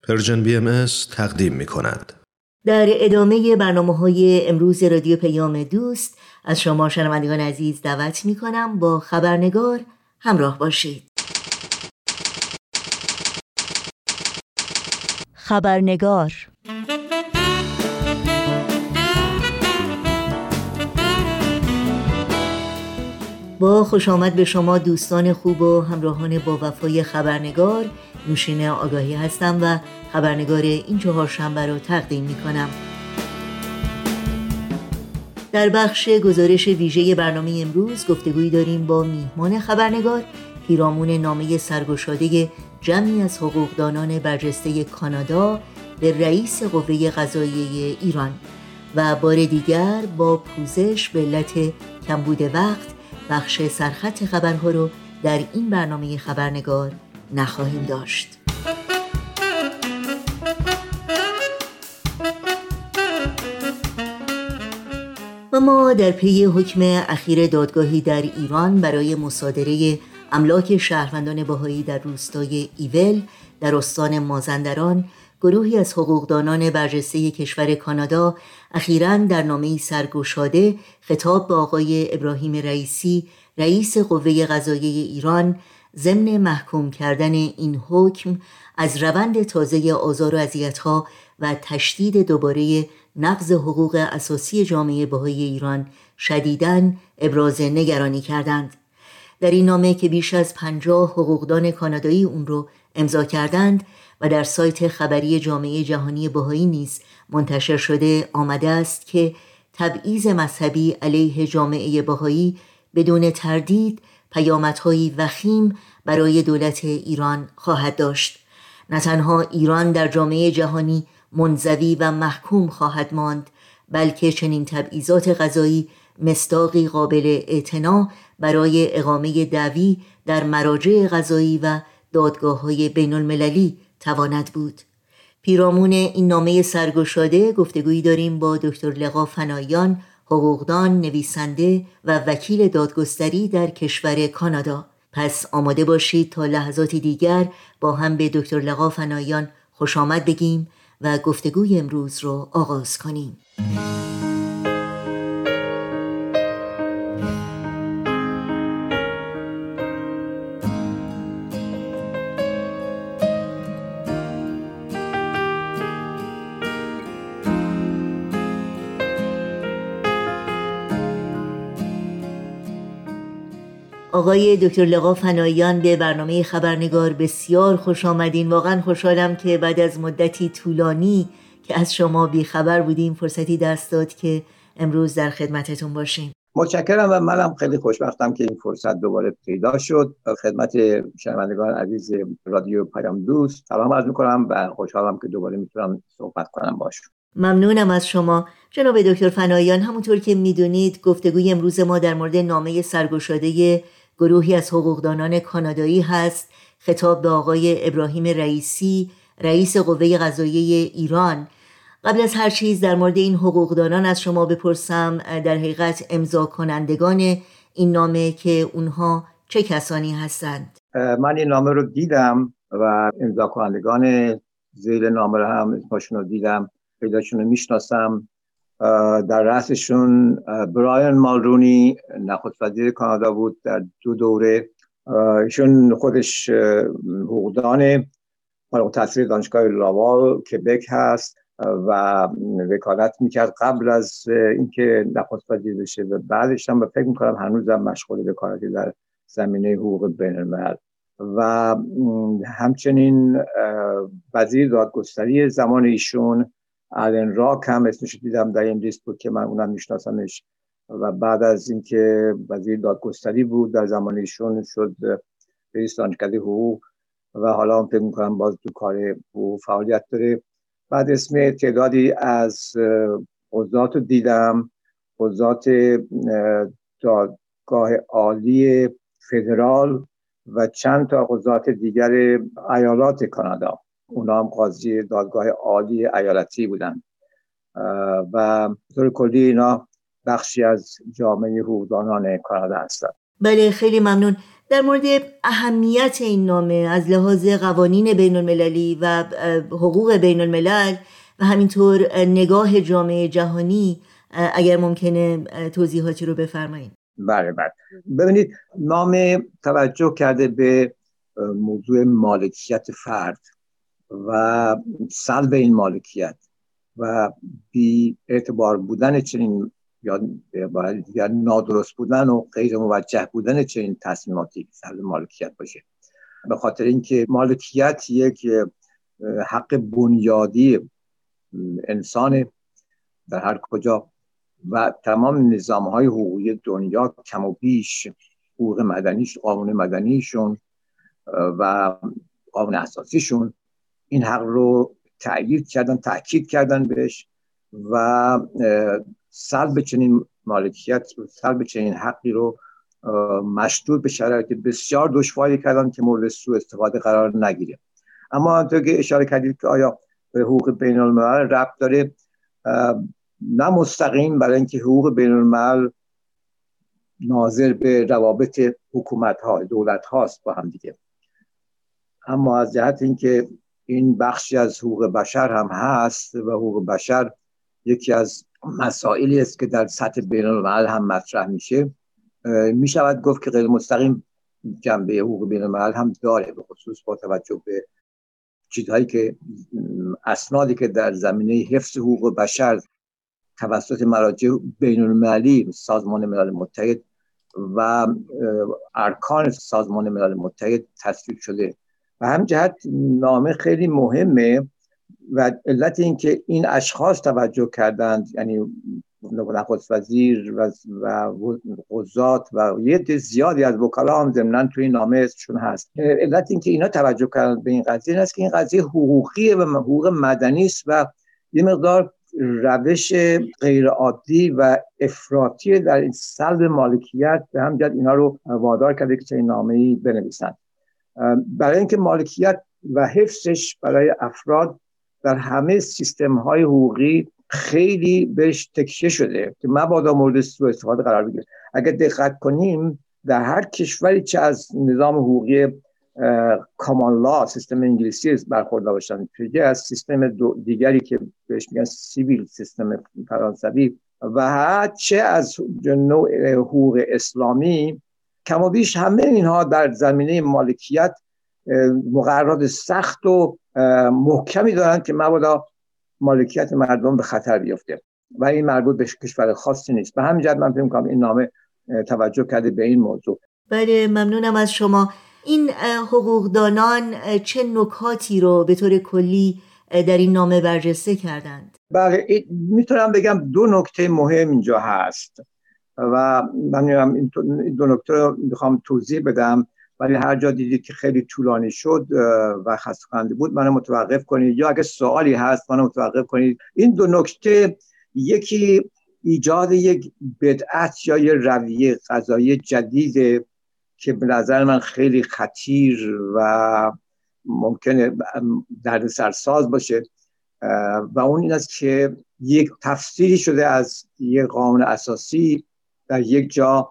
پرژن BMS تقدیم می کند. در ادامه برنامه‌های امروز رادیو پیام دوست از شما شنوندگان عزیز دعوت می کنم با خبرنگار همراه باشید. خبرنگار با خوش آمد به شما دوستان خوب و همراهان با وفای خبرنگار. نوشین آگاهی هستم و خبرنگار این چهارشنبه رو تقدیم می کنم. در بخش گزارش ویژه برنامه امروز گفتگویی داریم با میهمان خبرنگار، پیرامون نامه سرگشاده جمعی از حقوقدانان برجسته کانادا به رئیس قوه قضاییه ایران و بار دیگر با پوزش به علت کمبود وقت بخش سرخط خبرها رو در این برنامه خبرنگار نخواهیم داشت. و ما در پی حکم اخیر دادگاهی در ایران برای مصادره املاک شهروندان بهایی در روستای ایول در استان مازندران، گروهی از حقوقدانان برجسته کشور کانادا اخیراً در نامه‌ای سرگشاده خطاب به آقای ابراهیم رئیسی، رئیس قوه قضاییه ایران، ضمن محکوم کردن این حکم از روند تازه آزار و اذیت‌ها و تشدید دوباره نقض حقوق اساسی جامعه بهایی ایران شدیداً ابراز نگرانی کردند. در این نامه که بیش از 50 حقوقدان کانادایی اون رو امضا کردند و در سایت خبری جامعه جهانی بهایی نیز منتشر شده، آمده است که تبعیض مذهبی علیه جامعه بهایی بدون تردید پیامدهای وخیم برای دولت ایران خواهد داشت. نه تنها ایران در جامعه جهانی منزوی و محکوم خواهد ماند، بلکه چنین تبعیضات قضایی مصداقی قابل اعتنا برای اقامه دعوی در مراجع قضایی و دادگاه‌های بین المللی تواند بود. پیرامون این نامه سرگشاده گفتگویی داریم با دکتر لقا فناییان، حقوقدان، نویسنده و وکیل دادگستری در کشور کانادا. پس آماده باشید تا لحظاتی دیگر با هم به دکتر لقا فناییان خوش آمد بگیم و گفتگوی امروز رو آغاز کنیم. آقای دکتر لقا فناییان به برنامه خبرنگار بسیار خوش آمدین. واقعا خوشحالم که بعد از مدتی طولانی که از شما بیخبر بودیم فرصتی دست داد که امروز در خدمتتون باشیم. متشکرم و منم خیلی خوشبختم که این فرصت دوباره پیدا شد. خدمت شنوندگان عزیز رادیو پیام دوست سلام عرض می‌کنم و خوشحالم که دوباره میتونم صحبت کنم باشون. ممنونم از شما جناب دکتر فناییان. همونطور که میدونید گفتگوی امروز ما در مورد نامه سرگشاده گروهی از حقوقدانان کانادایی هست، خطاب به آقای ابراهیم رئیسی، رئیس قوه قضاییه ایران. قبل از هر چیز در مورد این حقوقدانان از شما بپرسم، در حقیقت امضا کنندگان این نامه که اونها چه کسانی هستند؟ من این نامه رو دیدم و امضا کنندگان زیر نامه رو هم اسمشون رو دیدم، پیداشون رو میشناسم. در رأسشون برایان مالرونی نخست وزیر کانادا بود در 2 دوره. ایشون خودش حقوقدان فارغ التحصیل دانشگاه لاوال کبک هست و وکالت میکرد قبل از اینکه نخست وزیر بشه و بعدش هم فکر میکنم هنوزم مشغول وکالتی در زمینه حقوق بین الملل و همچنین وزیر دادگستری زمان ایشون آلن راک هم اسمش دیدم در این لیست بود که من اونم میشناسمش و بعد از اینکه وزیر دادگستری بود در زمان ایشون شد رئیس دانشکده حقوق و حالا هم فکر میکنم باز تو کار حقوق فعالیت داره. بعد اسم تعدادی از قضات رو دیدم، قضات دادگاه عالی فدرال و چند تا قضات دیگر ایالات کانادا، اونا هم قاضی دادگاه عالی ایالتی بودن و طور کلی اینا بخشی از جامعه حقوقدانان کانادا هستند. بله، خیلی ممنون. در مورد اهمیت این نامه از لحاظ قوانین بین المللی و حقوق بین الملل و همینطور نگاه جامعه جهانی اگر ممکنه توضیحاتی رو بفرمایید. بله. ببینید، نامه توجه کرده به موضوع مالکیت فرد و سلب این مالکیت و بی اعتبار بودن چنین یا نادرست بودن و غیر موجه بودن چنین تصمیماتی سلب مالکیت باشه. به خاطر اینکه مالکیت یک حق بنیادی انسان در هر کجا و تمام نظام‌های حقوقی دنیا کم و بیش حقوق مدنیش، قانون مدنیشون و قانون اساسیشون این حق رو تأکید کردن بهش و سلب چنین مالکیت، سلب چنین حقی رو مشروط به شرایط بسیار دشواری کردن که مورد سوء استفاده قرار نگیره. اما همونطور که اشاره کردید که آیا به حقوق بین الملل ربط داره، نه مستقیم، برای اینکه حقوق بین الملل ناظر به روابط حکومت‌ها، دولت‌هاست با هم دیگه، اما از جهت اینکه این بخشی از حقوق بشر هم هست و حقوق بشر یکی از مسائلی است که در سطح بین الملل هم مطرح میشه، میشود گفت که غیر مستقیم جنبه حقوق بین الملل هم داره، به خصوص با توجه به چیزهایی که اسنادی که در زمینه حفظ حقوق بشر توسط مراجع بین المللی، سازمان ملل متحد و ارکان سازمان ملل متحد تصویب شده. و هم جهت نامه خیلی مهمه و علت این که این اشخاص توجه کردند، یعنی نخست وزیر و قضات و یه عده زیادی از وکلا هم ضمناً توی نامه ازشون هست، علت این که اینا توجه کردند به این قضیه این است که این قضیه حقوقیه و حقوق مدنی است و یه مقدار روش غیر عادی و افراطی در این سلب مالکیت به هم جد اینا رو وادار کرده که چنین نامه‌ای بنویسن. برای اینکه مالکیت و حفظش برای افراد در همه سیستم‌های حقوقی خیلی بهش تکیه شده که مبادا مورد سوء استفاده قرار بگیره. اگر دقت کنیم در هر کشوری چه از نظام حقوقی کامان لا، سیستم انگلیسی برخوردار باشن، چه از سیستم دیگری که بهش میگن سیویل سیستم فرانسوی و چه از نوع حقوق اسلامی، کم و بیش همه اینها در زمینه مالکیت مقررات سخت و محکمی دارند که مبادا مالکیت مردم به خطر بیفته و این مربوط به کشور خاصی نیست. به همین جهت من فکر می‌کنم این نامه توجه کرده به این موضوع. بله، ممنونم از شما. این حقوقدانان چه نکاتی رو به طور کلی در این نامه برجسته کردند؟ بله، میتونم بگم دو نکته مهم اینجا هست و من این دو نکته رو میخوام توضیح بدم، ولی هر جا دیدید که خیلی طولانی شد و خسته کننده بود منو متوقف کنید یا اگه سوالی هست منو متوقف کنید. این دو نکته، یکی ایجاد یک بدعت یا یک رویه قضایی جدیده که به نظر من خیلی خطیر و ممکنه دردسرساز باشه و اون این است که یک تفسیری شده از یک قانون اساسی در یک جا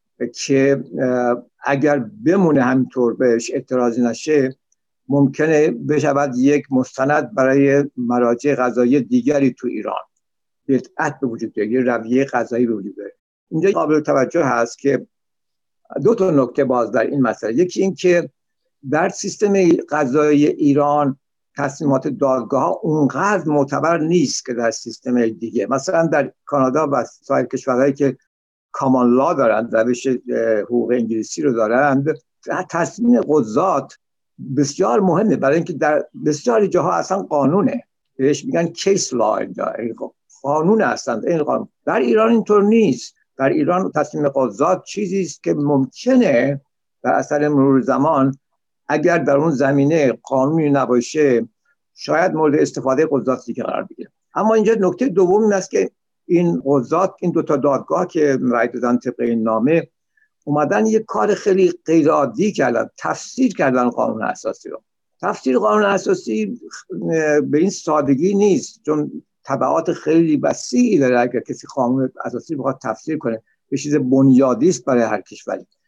که اگر بمونه همینطور بهش اعتراضی نشه ممکنه بشود یک مستند برای مراجع قضایی دیگری تو ایران، بدعت به وجود بیاد، یه رویه قضایی به وجود بیاد. اینجا قابل توجه هست که دو تا نکته باز در این مسئله. یکی این که در سیستم قضایی ایران تصمیمات دادگاه ها اونقدر معتبر نیست که در سیستم دیگه، مثلا در کانادا و سایر کشورهایی که کامان لا دارند، روش حقوق انگلیسی رو دارند، تصمیم قضات بسیار مهمه برای اینکه در بسیاری جاها اصلا قانونه، بهش میگن کیس لا، قانون هستند. این قانون در ایران اینطور نیست. در ایران تصمیم قضات چیزی است که ممکنه در اثر مرور زمان اگر در اون زمینه قانونی نباشه شاید مورد استفاده قضات دیگه قرار بگیره. اما اینجا نکته دوم این است که این قضات، این دو تا دادگاه که رأی دادن طبق این نامه، اومدن یک کار خیلی غیر عادی کردن، تفسیر کردن قانون اساسی رو. تفسیر قانون اساسی به این سادگی نیست، چون تبعات خیلی وسیعی داره. اگر کسی قانون اساسی بخواد تفسیر کنه، یه چیز بنیادی است برای هر کشوری.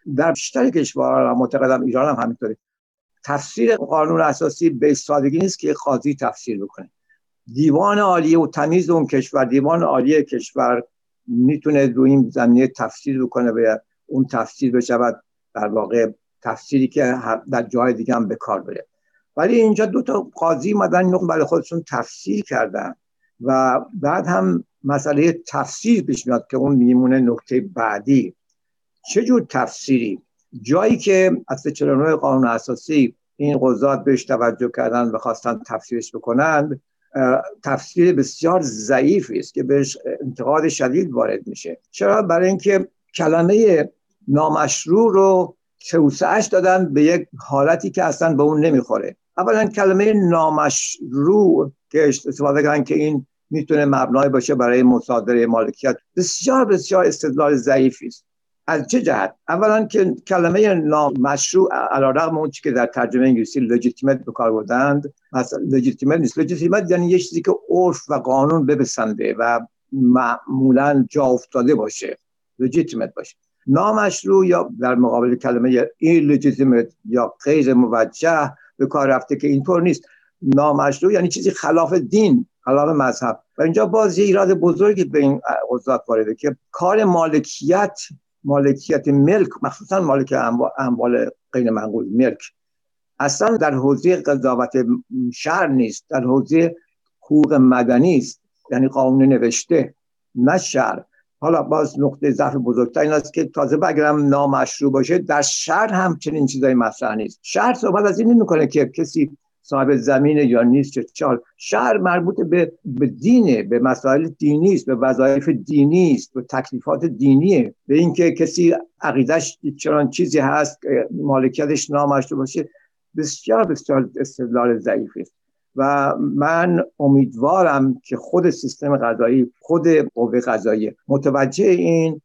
در بیشتر کشورها، معتقدم ایران هم همینطوره، تفسیر قانون اساسی به سادگی نیست که قاضی تفسیر بکنه. دیوان عالی و تمیز اون کشور، دیوان عالی کشور میتونه رو این زمینه تفسیر بکنه و اون تفسیر بشود در واقع تفسیری که در جای دیگه هم به کار بره. ولی اینجا دو تا قاضی اومدن اینو برای خودشون تفسیر کردن و بعد هم مسئله تفسیر پیش میاد که اون میمونه نکته بعدی. چه جور تفسیری؟ جایی که اصل 49 قانون اساسی این قضات بهش توجه کردن و خواستن تفسیرش بکنند، تفسیر بسیار ضعیفی است که بهش انتقاد شدید وارد میشه. چرا؟ برای اینکه کلمه نامشروع رو توسعه‌اش دادن به یک حالتی که اصلا به اون نمیخوره. اولا کلمه نامشروع که استفاده کردن که این میتونه مبنای باشه برای مصادره مالکیت، بسیار بسیار استدلال ضعیفی است. از چه جهت؟ اولا که کلمه نامشروع علیرغم اون چیزی که در ترجمه انگلیسی legitimate به کار بردند، مثلا legitimate نیست. legitimate یعنی یه چیزی که عرف و قانون بپسنده و معمولا جا افتاده باشه، legitimate باشه. نامشروع یا در مقابل کلمه illegitimate یا غیر موجه به کار رفته که اینطور نیست. نامشروع یعنی چیزی خلاف دین، خلاف مذهب. و اینجا باز یه ایراد بزرگی به این قضات وارده که کار مالکیت ملک، مخصوصا مالک اموال غیر منقول ملک، اصلا در حوزه قضاوت شرع نیست، در حوزه حقوق مدنی است، یعنی قانون نوشته نه شرع. حالا باز نقطه ضعف بزرگتر این است که تازه بگرم نامشروع باشه، در شرع هم چنین چیزایی مطرح نیست. شرع صحبت از این نمی‌کنه که کسی صاحب زمین یا نیست چه چال. شرع مربوط به دینه، به مسائل دینی است، به وظایف دینی است، به تکلیفات دینیه، به اینکه کسی عقیدش چنان چیزی هست مالکیتش نامشروع باشه. بسیار بسیار استدلال ضعیفی است و من امیدوارم که خود سیستم قضایی، خود قوه قضاییه متوجه این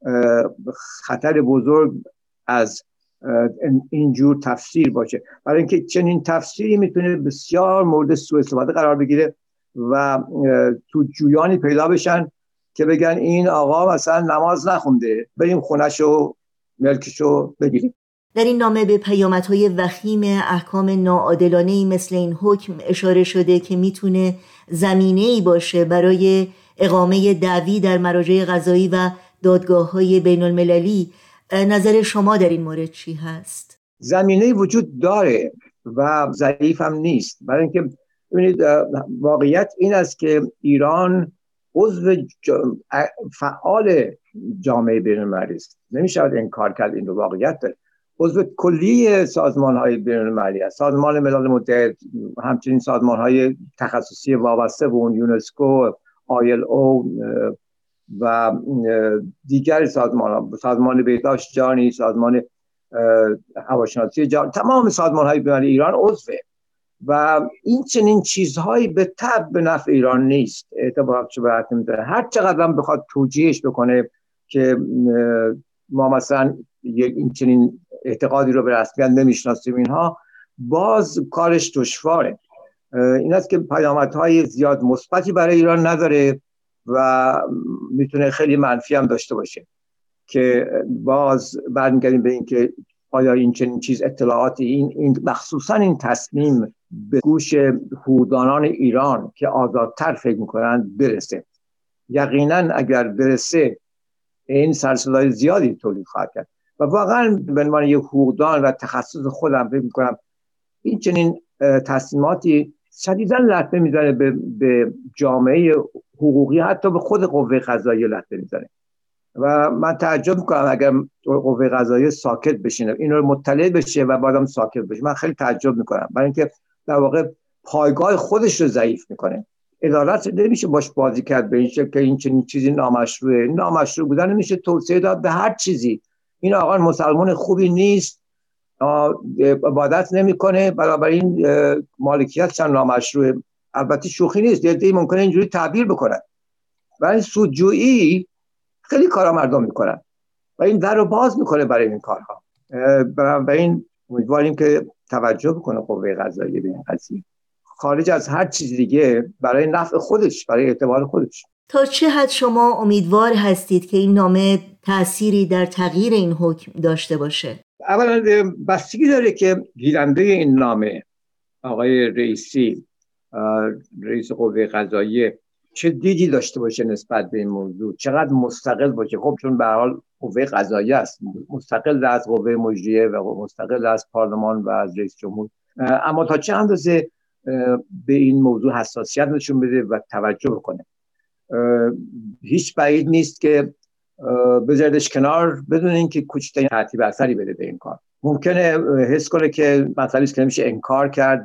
خطر بزرگ از اینجور تفسیر باشه، برای اینکه چنین تفسیری میتونه بسیار مورد سوء استفاده قرار بگیره و تو جویانی پیدا بشن که بگن این آقا مثلا نماز نخونده، بریم خونه‌شو ملکشو بگیریم. در این نامه به پیامدهای وخیم احکام ناعادلانه‌ای مثل این حکم اشاره شده که میتونه زمینه‌ای باشه برای اقامه دعوی در مراجع قضایی و دادگاه‌های بین‌المللی. نظر شما در این مورد چی هست؟ زمینه وجود داره و ضعیف هم نیست، برای اینکه ببینید واقعیت این است که ایران عضو فعال جامعه بین‌المللی است. نمیشه انکار کرد این رو، واقعیت داره. عضو کلی سازمان‌های بین‌المللی است، سازمان ملل متحد، همچنین سازمان‌های تخصصی وابسته به اون، یونسکو، ILO و دیگر سازمان بهداشت جهانی، سازمان هواشناسی جهانی، تمام سازمان‌های بین‌المللی ایران عضوه و این چنین چیزهایی به تبع به نفع ایران نیست. اعتباراتش برات نمی‌داره. هر چقدر هم بخواد توجیهش بکنه که ما مثلا این چنین اعتقادی رو به رسمیت نمیشناسیم، اینها باز کارش دشواره. این است که پیامدهای زیاد مثبتی برای ایران نداره و میتونه خیلی منفی هم داشته باشه که باز برمیگردیم به این که آیا این چنین چیز اطلاعاتی این مخصوصا این تصمیم به گوش حقوقدانان ایران که آزادتر فکر میکنند برسه. یقینا اگر برسه این سرصدای زیادی تولید خواهد کرد و واقعا به عنوان یک حقوقدان و تخصص خودم فکر میکنم این چنین تصمیماتی شدیداً لطمه میزنه به جامعه حقوقی، حتی به خود قوه قضاییه لطمه میزنه و من تعجب میکنم اگر قوه قضاییه ساکت بشینه، این رو مطلع بشه و بعدم ساکت بشه. من خیلی تعجب میکنم، برای اینکه در واقع پایگاه خودش رو ضعیف میکنه. عدالت نمیشه باش بازی کرد به این شکل که این چنین چیزی نامشروعه. نامشروع بودن نمیشه توسعه داد به هر چیزی. این آقا مسلمان خوبی نیست، عبادت نمیکنه، بنابراین مالکیت چند نامشروعه. البته شوخی نیست، یه عده‌ای ممکنه اینجوری تعبیر بکنن. برای سودجویی خیلی کارا مردم میکنن و این در رو باز میکنه برای این کارها. بنابراین امیدواریم که توجه بکنه قوه قضاییه به این قضیه، خارج از هر چیز دیگه، برای نفع خودش، برای اعتبار خودش. تا چه حد شما امیدوار هستید که این نامه تأثیری در تغییر این حکم داشته باشه؟ اولا بستگی داره که گیرنده این نامه آقای رئیسی، رئیس قوه قضاییه، چه دیدی داشته باشه نسبت به این موضوع، چقدر مستقل باشه. خب چون به هر حال قوه قضاییه است، مستقل از قوه مجریه و مستقل از پارلمان و از رئیس جمهور، اما تا چه اندازه به این موضوع حساسیت نشون بده و توجه بکنه. هیچ بعید نیست که بذاردش کنار بدون اینکه کوچکترین ترتیب اثری بده به این کار. ممکنه حس کنه که مسئله است که نمیشه انکار کرد،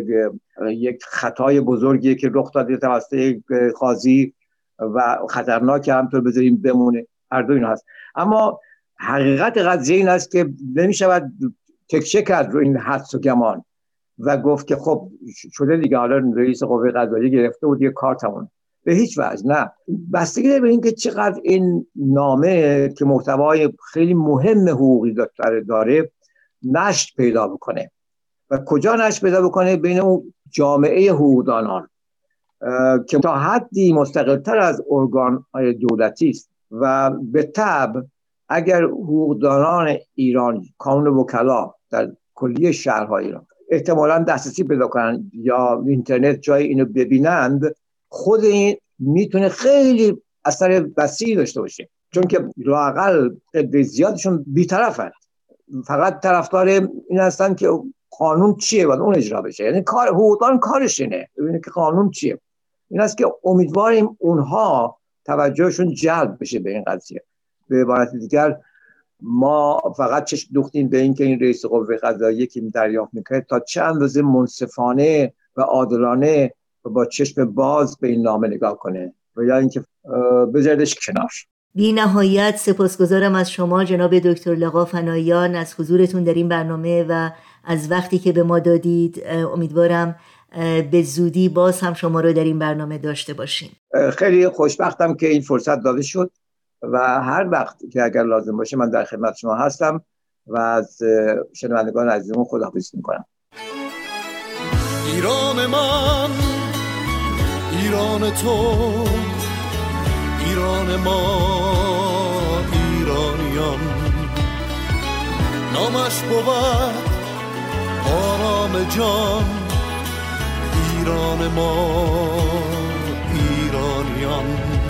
یک خطای بزرگیه که رخ داده توسط یک قاضی و خطرناکه، همطور بذاریم بمونه. هر دو این هست، اما حقیقت قضیه این است که نمیشود تکیه کرد رو این حدس و گمان و گفت که خب شده دیگه، حالا رئیس قوه قضاییه گرفته بود یه کار تموم. به هیچ وجه نه. بستگی داره به این که چقدر این نامه که محتوای خیلی مهم حقوقی داره نشر پیدا بکنه و کجا نشر پیدا بکنه. بین اون جامعه حقوقدانان که تا حدی مستقل‌تر از ارگان‌های دولتی است و به طبع اگر حقوقدانان ایران، کانون وکلا در کلیه شهرهای ایران احتمالاً دسترسی پیدا کنن یا اینترنت جای اینو ببینند، خود این میتونه خیلی اثر وسیعی داشته باشه، چون که لااقل قدر زیادشون بی‌طرفن، فقط طرفدار این هستن که قانون چیه و اون اجرا بشه. یعنی کار حقوقدان کارش اینه ببینه که قانون چیه. این است که امیدواریم اونها توجهشون جلب بشه به این قضیه. به عبارت دیگر ما فقط چشم دوختیم به این که این رئیس قوه قضاییه که دریافت میکنه تا چه اندازه منصفانه و عادلانه و با چشم باز به این نامه نگاه کنه و یا اینکه بذاردش کنار. بی نهایت سپاسگزارم از شما جناب دکتر لقا فناییان از حضورتون در این برنامه و از وقتی که به ما دادید. امیدوارم به زودی باز هم شما رو در این برنامه داشته باشیم. خیلی خوشبختم که این فرصت داده شد و هر وقت که اگر لازم باشه من در خدمت شما هستم و از شنوندگان عزیزمون خداحافظی میکنم. ایران من، ایران تو، ایران ما ایرانیان، نامش بود آرام جان. ایران ما ایرانیان،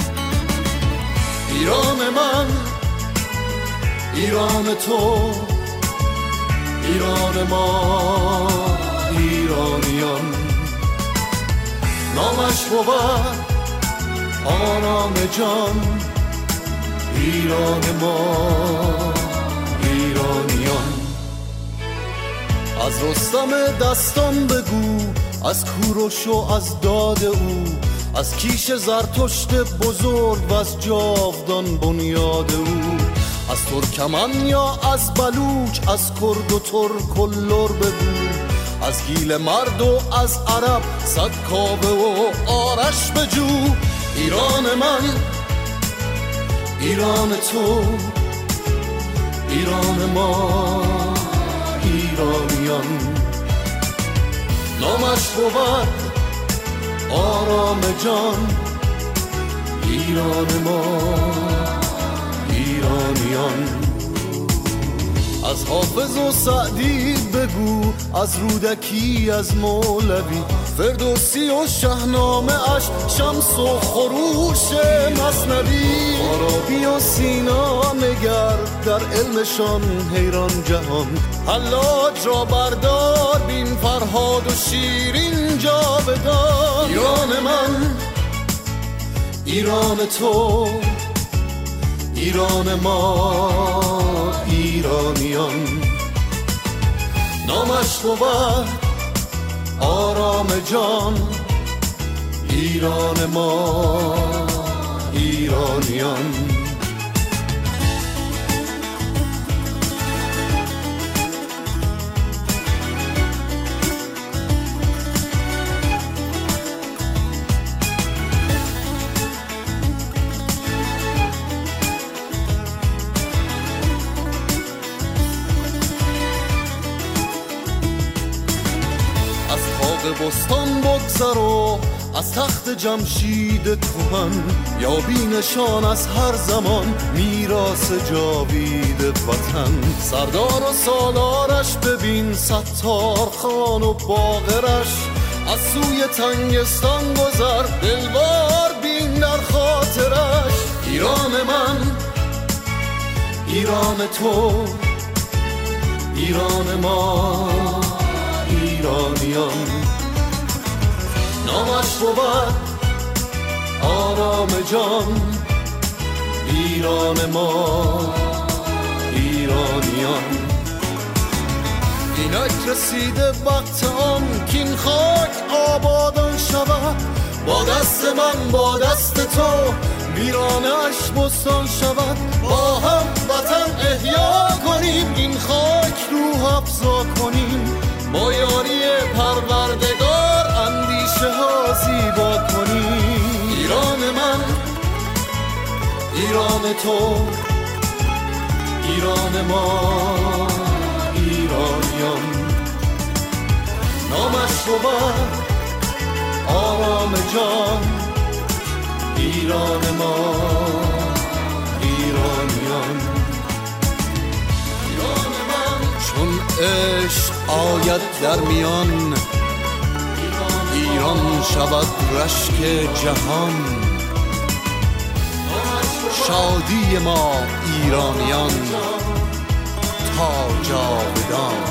ایران من، ایران تو، ایران ما ایرانیان، نامش بود آرام جان. ایران ما ایرانیان. از رستم دستان بگو، از کوروش و از داد او، از کیش زرتشت بزرگ و از جاودان بنیاد او، از ترکمن یا از بلوچ، از کرد و ترک و لر بگو، از گیل مرد و از عرب صد کاوه و آرش بجو. ایران من، ایران تو، ایران ما ایرانیان، نامش بود آرام جان. ایران ما ایرانیان. از حافظ و سعدی بگو، از رودکی، از مولوی، فردوسی و شاهنامه اش، شمس و خروش مثنوی، فارابی و سینا نگر، در علمشان حیران جهان. حلاج را بردار بین، فرهاد و شیرین جاودان. ایران من، ایران تو، ایران ما ایرانیان، نامش بود آرام جان. ایران ما ایرانیان. بستان بگذر و از تخت جمشید کهن، یا بی نشان از هر زمان میراث جاوید وطن. سردار و سالارش ببین، ستار خان و باقرش، از سوی تنگستان گذر، دلوار بین در خاطرش. ایران من، ایران تو، ایران ما ایرانیان. نامش بود آرام جان، ایران ما ایرانیان. اینک رسیده وقت آن کین خاک آبادان شود، با دست من با دست تو ویرانش بستان شود. با هم وطن احیا کنیم، این خاک روح افزا کنیم، با یاری پروردگار اندیشه ها زیبا کنیم. ایران من، ایران تو، ایران ما ایرانیان. نامش بود آرام جان، ایران ما ایرانیان. ایران من چون عشق آید در میان، ایران شود رشک جهان. شادی ما ایرانیان تا جاودان.